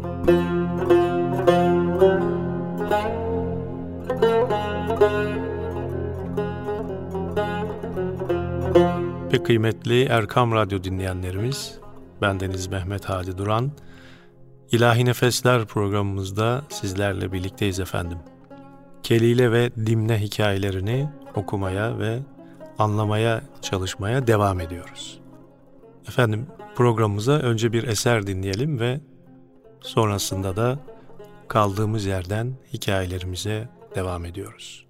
Pek kıymetli Erkam Radyo dinleyenlerimiz, bendeniz Mehmet Hadi Duran. İlahi Nefesler programımızda sizlerle birlikteyiz efendim. Kelile ve Dimne hikayelerini okumaya ve anlamaya çalışmaya devam ediyoruz. Efendim, programımıza önce bir eser dinleyelim ve sonrasında da kaldığımız yerden hikayelerimize devam ediyoruz.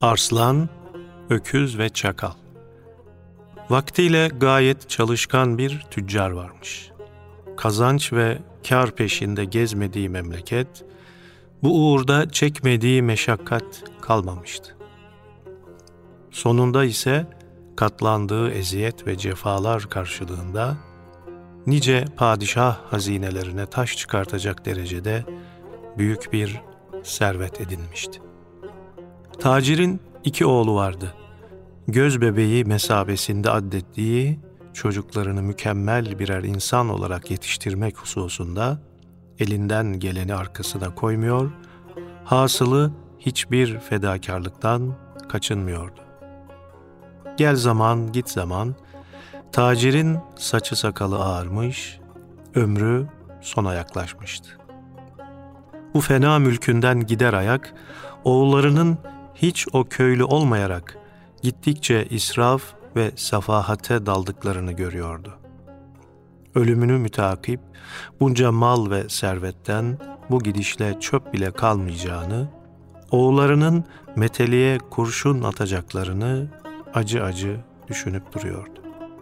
Arslan, öküz ve çakal. Vaktiyle gayet çalışkan bir tüccar varmış. Kazanç ve kar peşinde gezmediği memleket, bu uğurda çekmediği meşakkat kalmamıştı. Sonunda ise katlandığı eziyet ve cefalar karşılığında nice padişah hazinelerine taş çıkartacak derecede büyük bir servet edinmişti. Tacirin 2 oğlu vardı. Göz bebeği mesabesinde addettiği çocuklarını mükemmel birer insan olarak yetiştirmek hususunda elinden geleni arkasına koymuyor, hasılı hiçbir fedakarlıktan kaçınmıyordu. Gel zaman git zaman, tacirin saçı sakalı ağarmış, ömrü sona yaklaşmıştı. Bu fena mülkünden gider ayak, oğullarının hiç o köylü olmayarak gittikçe israf ve sefahate daldıklarını görüyordu. Ölümünü mütakip bunca mal ve servetten bu gidişle çöp bile kalmayacağını, oğullarının meteliğe kurşun atacaklarını acı acı düşünüp duruyordu.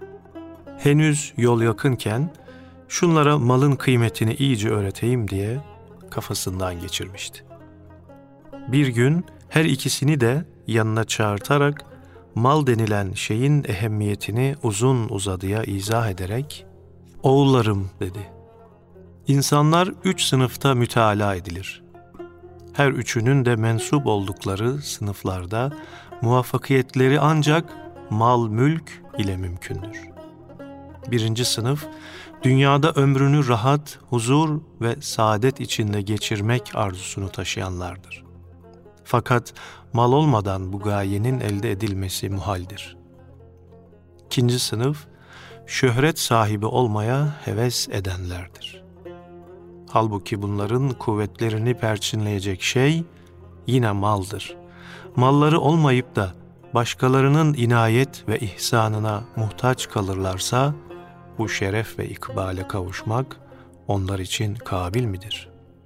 Henüz yol yakınken şunlara malın kıymetini iyice öğreteyim diye kafasından geçirmişti. Bir gün her ikisini de yanına çağırtarak mal denilen şeyin ehemmiyetini uzun uzadıya izah ederek "Oğullarım" dedi. İnsanlar 3 sınıfta müteala edilir. Her üçünün de mensup oldukları sınıflarda muvaffakiyetleri ancak mal mülk ile mümkündür. 1. sınıf, dünyada ömrünü rahat, huzur ve saadet içinde geçirmek arzusunu taşıyanlardır. Fakat mal olmadan bu gayenin elde edilmesi muhaldir. 2. sınıf, şöhret sahibi olmaya heves edenlerdir. Halbuki bunların kuvvetlerini perçinleyecek şey yine maldır. Malları olmayıp da başkalarının inayet ve ihsanına muhtaç kalırlarsa, bu şeref ve ikbale kavuşmak onlar için kabil midir?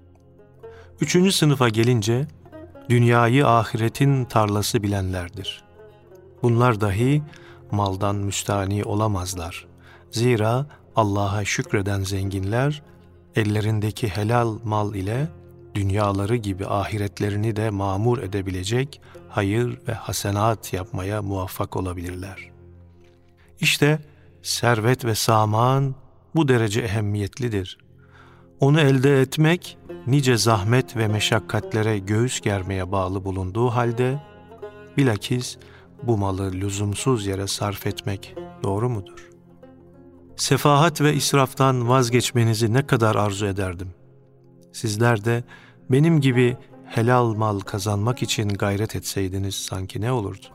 3. sınıfa gelince, dünyayı ahiretin tarlası bilenlerdir. Bunlar dahi maldan müstani olamazlar. Zira Allah'a şükreden zenginler, ellerindeki helal mal ile dünyaları gibi ahiretlerini de mamur edebilecek hayır ve hasenat yapmaya muvaffak olabilirler. İşte servet ve saman bu derece ehemmiyetlidir. Onu elde etmek, nice zahmet ve meşakkatlere göğüs germeye bağlı bulunduğu halde, bilakis bu malı lüzumsuz yere sarf etmek doğru mudur? Sefahat ve israftan vazgeçmenizi ne kadar arzu ederdim. Sizler de benim gibi helal mal kazanmak için gayret etseydiniz sanki ne olurdu?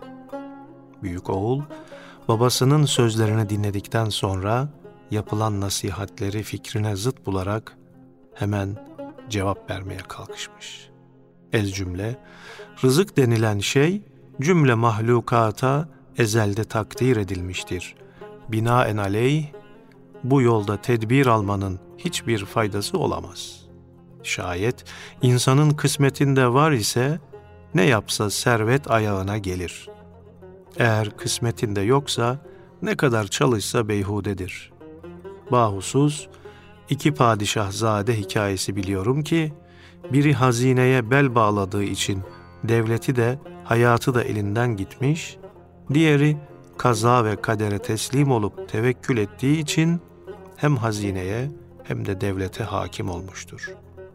Büyük oğul, babasının sözlerini dinledikten sonra yapılan nasihatleri fikrine zıt bularak hemen cevap vermeye kalkışmış. Ez cümle, rızık denilen şey cümle mahlukata ezelde takdir edilmiştir. Binaenaleyh bu yolda tedbir almanın hiçbir faydası olamaz. Şayet insanın kısmetinde var ise ne yapsa servet ayağına gelir. Eğer kısmetinde yoksa ne kadar çalışsa beyhudedir. Bahusus 2 padişahzade hikayesi biliyorum ki, biri hazineye bel bağladığı için devleti de hayatı da elinden gitmiş, diğeri kaza ve kadere teslim olup tevekkül ettiği için hem hazineye hem de devlete hakim olmuştur.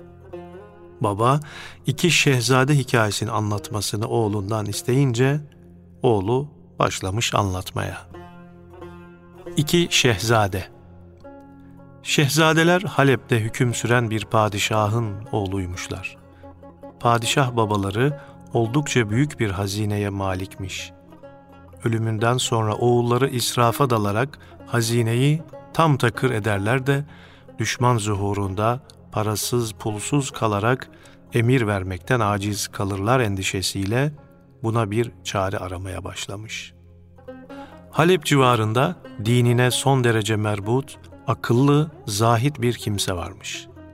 Baba 2 şehzade hikayesini anlatmasını oğlundan isteyince, oğlu başlamış anlatmaya. 2 şehzade. Şehzadeler Halep'te hüküm süren bir padişahın oğluymuşlar. Padişah babaları oldukça büyük bir hazineye malikmiş. Ölümünden sonra oğulları israfa dalarak hazineyi tam takır ederler de düşman zuhurunda parasız pulsuz kalarak emir vermekten aciz kalırlar endişesiyle buna bir çare aramaya başlamış. Halep civarında dinine son derece merbut, akıllı, zahit bir kimse varmış.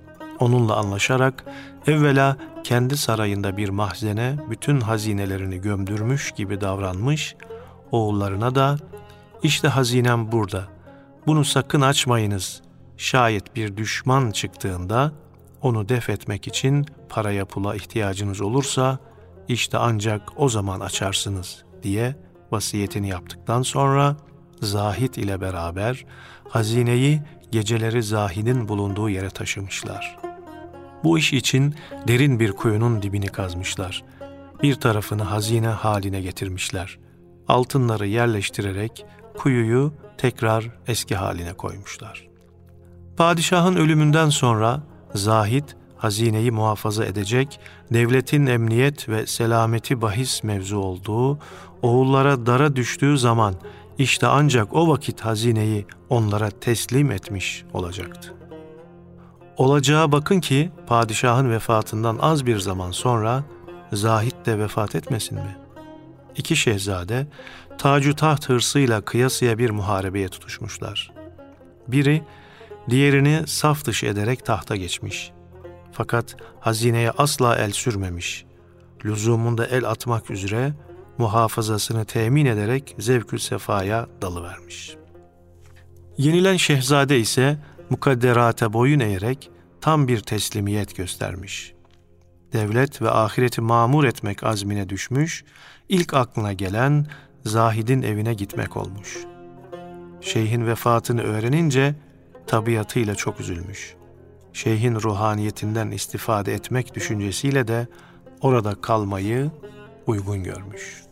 onunla anlaşarak evvela kendi sarayında bir mahzene bütün hazinelerini gömdürmüş gibi davranmış, oğullarına da "İşte hazinem burada, bunu sakın açmayınız. Şayet bir düşman çıktığında onu def etmek için paraya pula ihtiyacınız olursa işte ancak o zaman açarsınız" diye vasiyetini yaptıktan sonra Zahid ile beraber hazineyi geceleri Zahid'in bulunduğu yere taşımışlar. Bu iş için derin bir kuyunun dibini kazmışlar. Bir tarafını hazine haline getirmişler. Altınları yerleştirerek kuyuyu tekrar eski haline koymuşlar. Padişahın ölümünden sonra Zahid hazineyi muhafaza edecek, devletin emniyet ve selameti bahis mevzu olduğu, oğullara dara düştüğü zaman işte ancak o vakit hazineyi onlara teslim etmiş olacaktı. Olacağa bakın ki padişahın vefatından az bir zaman sonra Zahid de vefat etmesin mi? İki şehzade tac-ı taht hırsıyla kıyasıya bir muharebeye tutuşmuşlar. Biri diğerini saf dışı ederek tahta geçmiş. Fakat hazineye asla el sürmemiş. Lüzumunda el atmak üzere muhafazasını temin ederek zevk-ü sefaya dalıvermiş. Yenilen şehzade ise mukadderata boyun eğerek tam bir teslimiyet göstermiş. Devlet ve ahireti mamur etmek azmine düşmüş, ilk aklına gelen Zahid'in evine gitmek olmuş. Şeyhin vefatını öğrenince tabiatıyla çok üzülmüş. Şeyhin ruhaniyetinden istifade etmek düşüncesiyle de orada kalmayı uygun görmüş.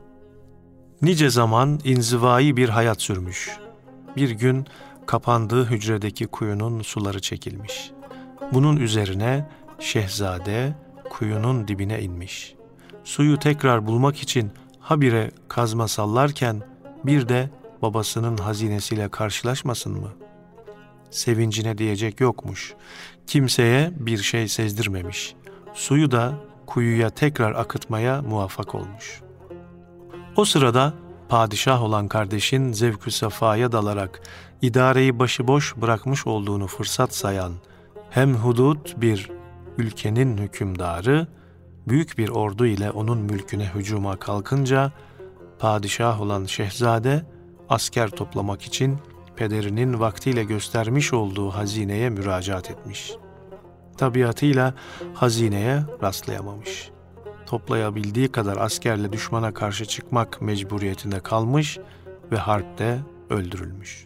Nice zaman inzivai bir hayat sürmüş. Bir gün kapandığı hücredeki kuyunun suları çekilmiş. Bunun üzerine şehzade kuyunun dibine inmiş. Suyu tekrar bulmak için habire kazma sallarken bir de babasının hazinesiyle karşılaşmasın mı? Sevincine diyecek yokmuş. Kimseye bir şey sezdirmemiş. Suyu da kuyuya tekrar akıtmaya muvaffak olmuş. O sırada padişah olan kardeşin zevk-ü sefaya dalarak idareyi başıboş bırakmış olduğunu fırsat sayan hem hudut bir ülkenin hükümdarı büyük bir ordu ile onun mülküne hücuma kalkınca padişah olan şehzade asker toplamak için pederinin vaktiyle göstermiş olduğu hazineye müracaat etmiş. Tabiatıyla hazineye rastlayamamış. Toplayabildiği kadar askerle düşmana karşı çıkmak mecburiyetinde kalmış ve harpte öldürülmüş.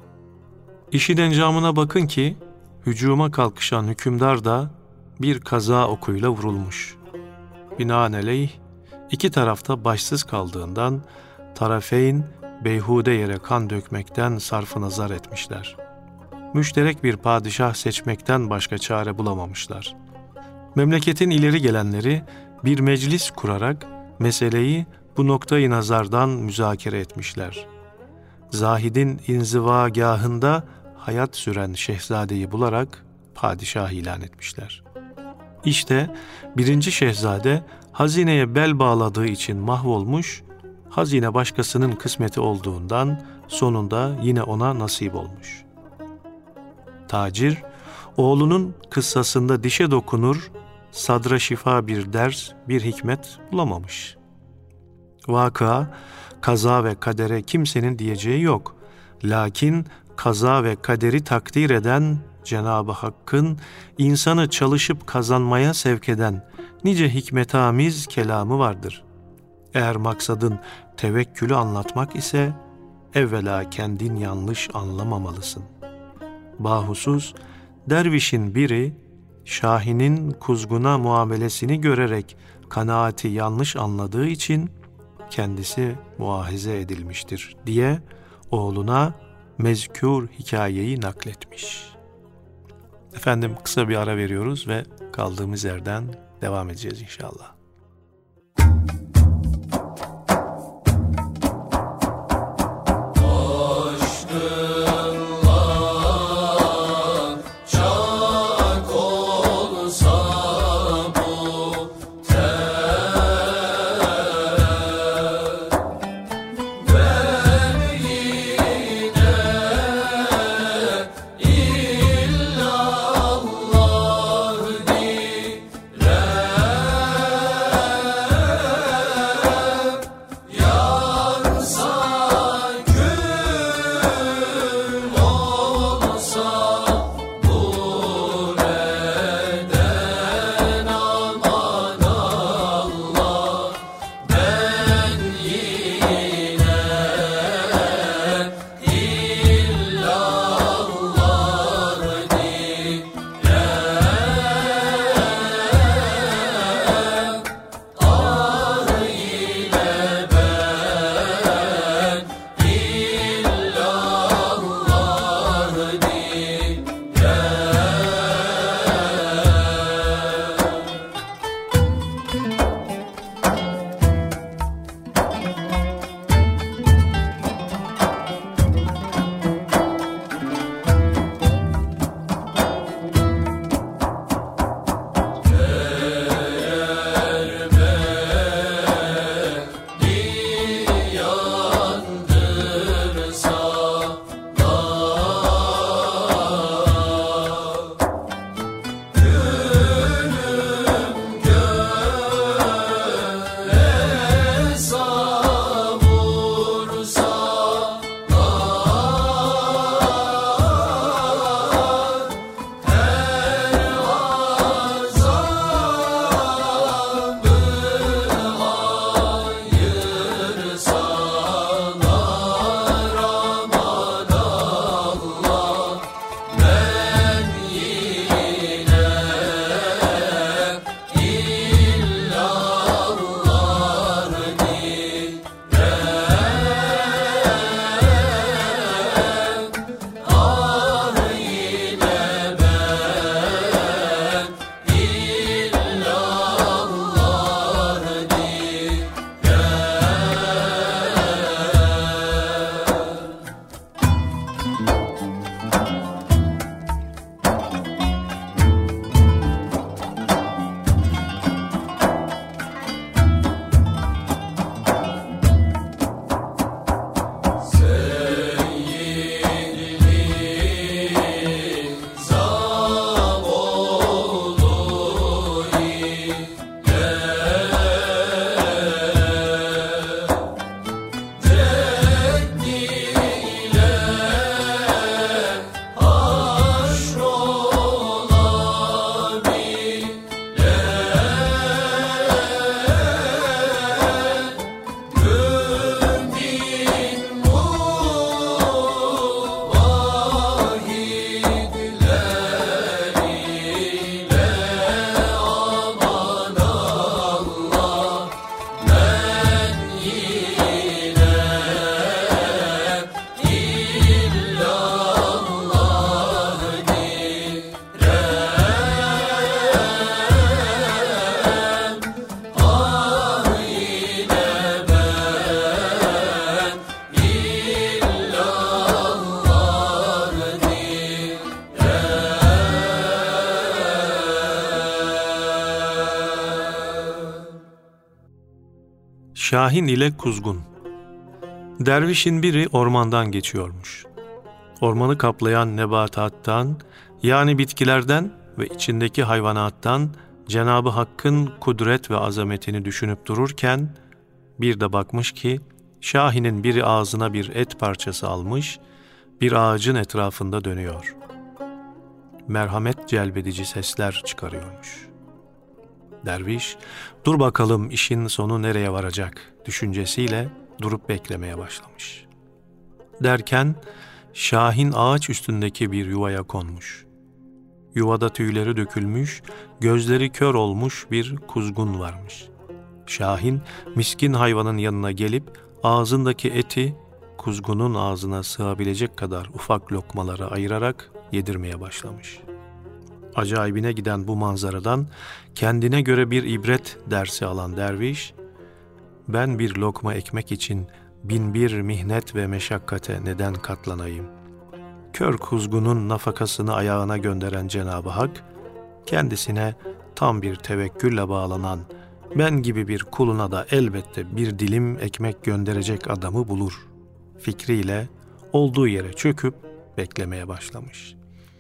İşin encamına bakın ki hücuma kalkışan hükümdar da bir kaza okuyla vurulmuş. Binaenaleyh iki tarafta başsız kaldığından tarafeyn beyhude yere kan dökmekten sarf-ı nazar etmişler. Müşterek bir padişah seçmekten başka çare bulamamışlar. Memleketin ileri gelenleri bir meclis kurarak meseleyi bu noktayı nazardan müzakere etmişler. Zahid'in inzivagahında hayat süren şehzadeyi bularak padişah ilan etmişler. İşte birinci şehzade hazineye bel bağladığı için mahvolmuş, hazine başkasının kısmeti olduğundan sonunda yine ona nasip olmuş. Tacir, oğlunun kıssasında dişe dokunur, sadra şifa bir ders, bir hikmet bulamamış. Vaka, kaza ve kadere kimsenin diyeceği yok. Lakin kaza ve kaderi takdir eden Cenab-ı Hakk'ın insanı çalışıp kazanmaya sevk eden nice hikmetamiz kelamı vardır. Eğer maksadın tevekkülü anlatmak ise evvela kendin yanlış anlamamalısın. Bahusus dervişin biri Şahin'in kuzguna muamelesini görerek kanaati yanlış anladığı için kendisi muahize edilmiştir diye oğluna mezkûr hikayeyi nakletmiş. Efendim kısa bir ara veriyoruz ve kaldığımız yerden devam edeceğiz inşallah. Allah Şahin ile Kuzgun. Dervişin biri ormandan geçiyormuş. Ormanı kaplayan nebatattan, yani bitkilerden ve içindeki hayvanattan Cenab-ı Hakk'ın kudret ve azametini düşünüp dururken bir de bakmış ki Şahin'in biri ağzına bir et parçası almış, bir ağacın etrafında dönüyor. Merhamet celbedici sesler çıkarıyormuş. Derviş, dur bakalım işin sonu nereye varacak düşüncesiyle durup beklemeye başlamış. Derken Şahin ağaç üstündeki bir yuvaya konmuş. Yuvada tüyleri dökülmüş, gözleri kör olmuş bir kuzgun varmış. Şahin miskin hayvanın yanına gelip ağzındaki eti kuzgunun ağzına sığabilecek kadar ufak lokmalara ayırarak yedirmeye başlamış. Acayibine giden bu manzaradan kendine göre bir ibret dersi alan derviş, ben bir lokma ekmek için 1001 mihnet ve meşakkate neden katlanayım? Kör kuzgunun nafakasını ayağına gönderen Cenab-ı Hak, kendisine tam bir tevekkülle bağlanan ben gibi bir kuluna da elbette bir dilim ekmek gönderecek adamı bulur fikriyle olduğu yere çöküp beklemeye başlamış.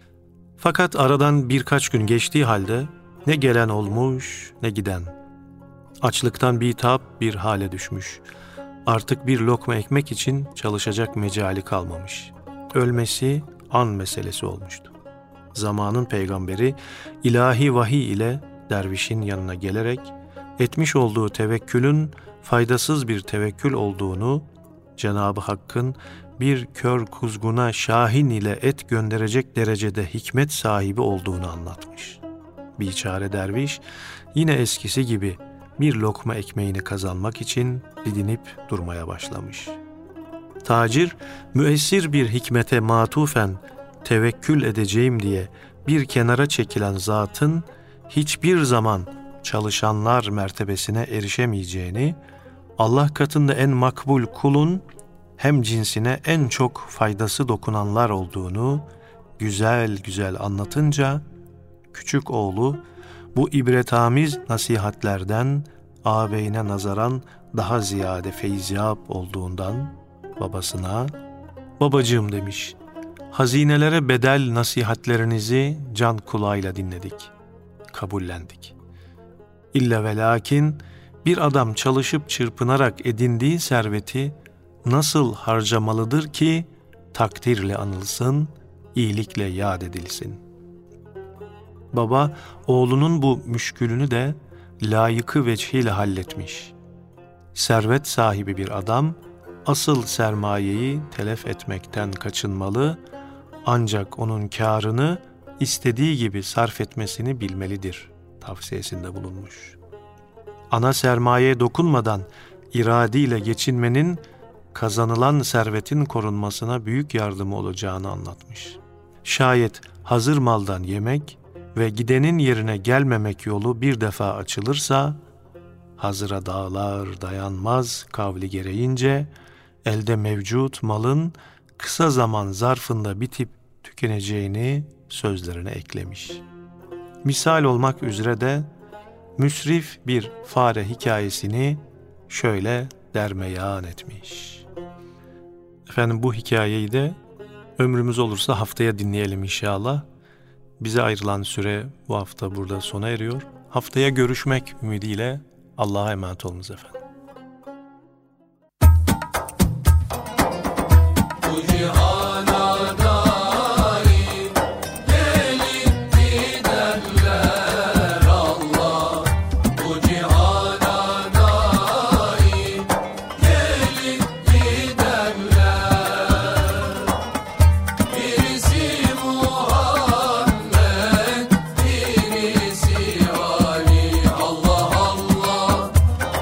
Fakat aradan birkaç gün geçtiği halde ne gelen olmuş ne giden. Açlıktan bitap bir hale düşmüş. Artık bir lokma ekmek için çalışacak mecali kalmamış. Ölmesi an meselesi olmuştu. Zamanın peygamberi ilahi vahiy ile dervişin yanına gelerek etmiş olduğu tevekkülün faydasız bir tevekkül olduğunu, Cenab-ı Hakk'ın bir kör kuzguna Şahin ile et gönderecek derecede hikmet sahibi olduğunu anlatmış. Biçare derviş yine eskisi gibi bir lokma ekmeğini kazanmak için didinip durmaya başlamış. Tacir, müessir bir hikmete matufen tevekkül edeceğim diye bir kenara çekilen zatın hiçbir zaman çalışanlar mertebesine erişemeyeceğini, Allah katında en makbul kulun hem cinsine en çok faydası dokunanlar olduğunu güzel güzel anlatınca, küçük oğlu bu ibretamiz nasihatlerden ağabeyine nazaran daha ziyade feyziyap olduğundan babasına, babacığım demiş, hazinelere bedel nasihatlerinizi can kulağıyla dinledik, kabullendik. İlla ve lakin bir adam çalışıp çırpınarak edindiği serveti nasıl harcamalıdır ki takdirle anılsın, iyilikle yad edilsin. Baba oğlunun bu müşkülünü de layıkı veçhiyle halletmiş. Servet sahibi bir adam asıl sermayeyi telef etmekten kaçınmalı, ancak onun kârını istediği gibi sarf etmesini bilmelidir tavsiyesinde bulunmuş. Ana sermayeye dokunmadan iradiyle geçinmenin kazanılan servetin korunmasına büyük yardımı olacağını anlatmış. Şayet hazır maldan yemek ve gidenin yerine gelmemek yolu bir defa açılırsa, hazıra dağlar dayanmaz kavli gereğince, elde mevcut malın kısa zaman zarfında bitip tükeneceğini sözlerine eklemiş. Misal olmak üzere de müsrif bir fare hikayesini şöyle dermeyan etmiş. Efendim bu hikayeyi de ömrümüz olursa haftaya dinleyelim inşallah. Bize ayrılan süre bu hafta burada sona eriyor. Haftaya görüşmek ümidiyle Allah'a emanet olunuz efendim.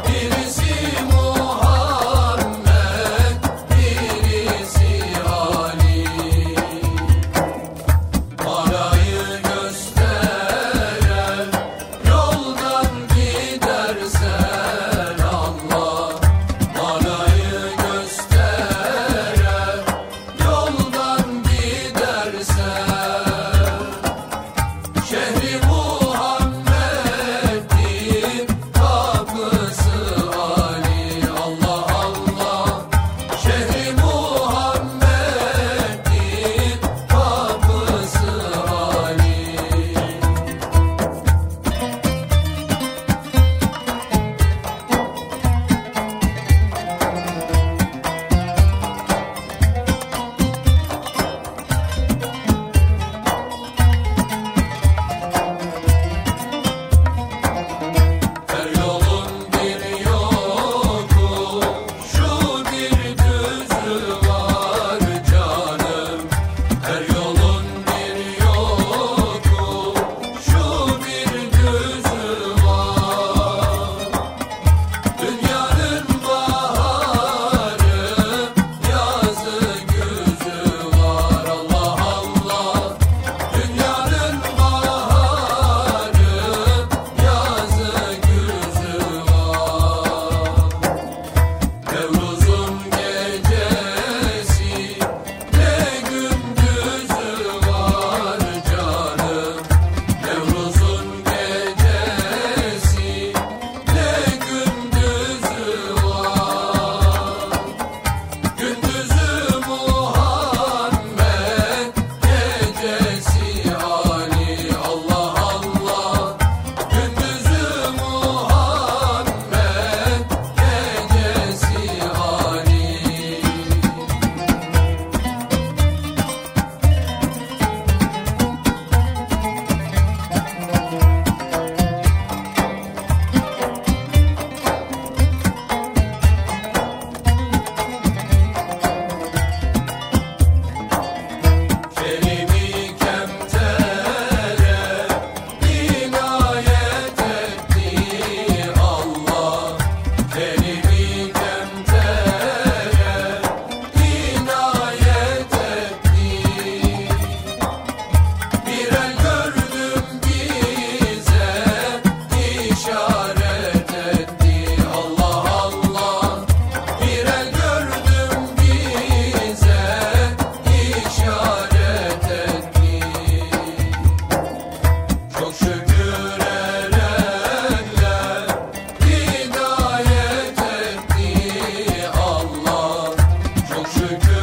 Allah Çünkü